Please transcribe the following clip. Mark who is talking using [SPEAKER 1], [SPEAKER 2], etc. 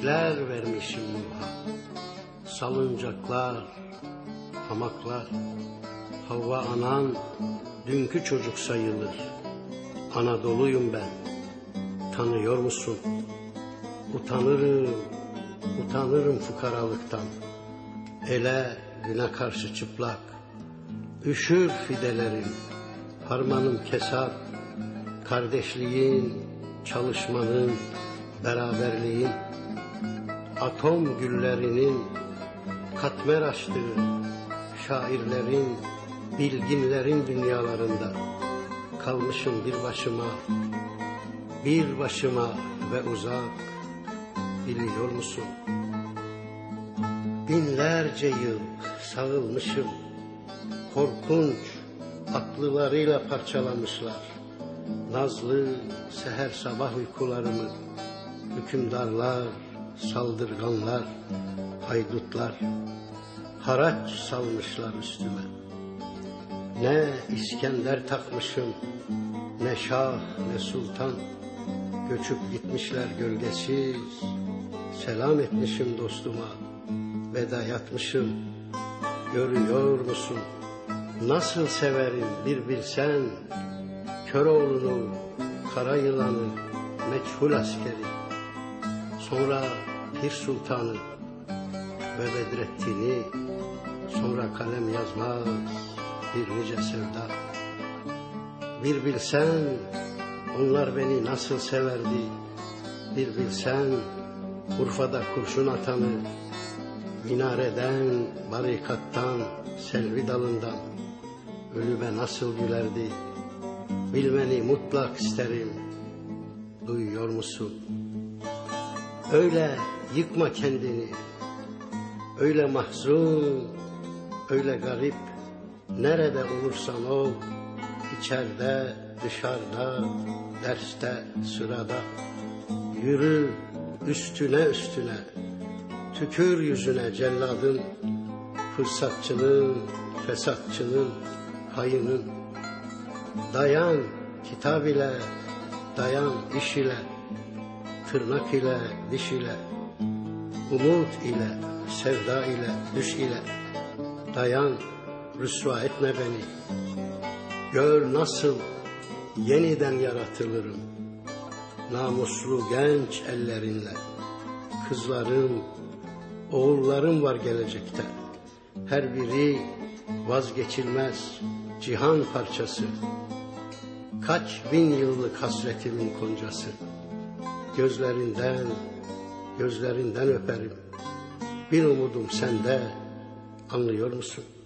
[SPEAKER 1] çiçekler vermişim Nuh'a. Salıncaklar, hamaklar. Havva anan dünkü çocuk sayılır. Anadolu'yum ben, tanıyor musun? Utanırım, utanırım fukaralıktan. Ele güne karşı çıplak. Üşür fidelerim, harmanım kesap. Kardeşliğin, çalışmanın, beraberliğin. Atom güllerinin katmer açtığı şairlerin, bilginlerin dünyalarında kalmışım bir başıma ve uzak, biliyor musun? Binlerce yıl sağılmışım, korkunç aklılarıyla parçalamışlar. Nazlı seher sabah uykularımı, hükümdarlar, saldırganlar, haydutlar haraç salmışlar üstüme. Ne İskender takmışım, ne şah ne sultan, göçüp gitmişler gölgesiz. Selam etmişim dostuma, veda yatmışım. Görüyor musun, nasıl severim bir bilsen, Köroğlu'nu, kara yılanı, meçhul askeri. Sonra Pir Sultan'ı ve Bedrettin'i, sonra kalem yazmaz bir nice sevda. Bir bilsen onlar beni nasıl severdi, bir bilsen Urfa'da kurşun atanı, minareden, barikattan, selvi dalından ölüme nasıl gülerdi. Bilmeni mutlak isterim, duyuyor musun? Öyle yıkma kendini, öyle mahzun, öyle garip. Nerede olursan ol, içeride, dışarıda, derste, sırada. Yürü üstüne üstüne, tükür yüzüne celladın, fırsatçının, fesatçının, hayının. Dayan kitap ile, dayan iş ile, tırnak ile, diş ile, umut ile, sevda ile, düş ile. Dayan, rüsva etme beni. Gör nasıl yeniden yaratılırım. Namuslu genç ellerinle. Kızlarım, oğullarım var gelecekte. Her biri vazgeçilmez cihan parçası. Kaç bin yıllık hasretimin koncası. Gözlerinden öperim. Bir umudum sende, anlıyor musun?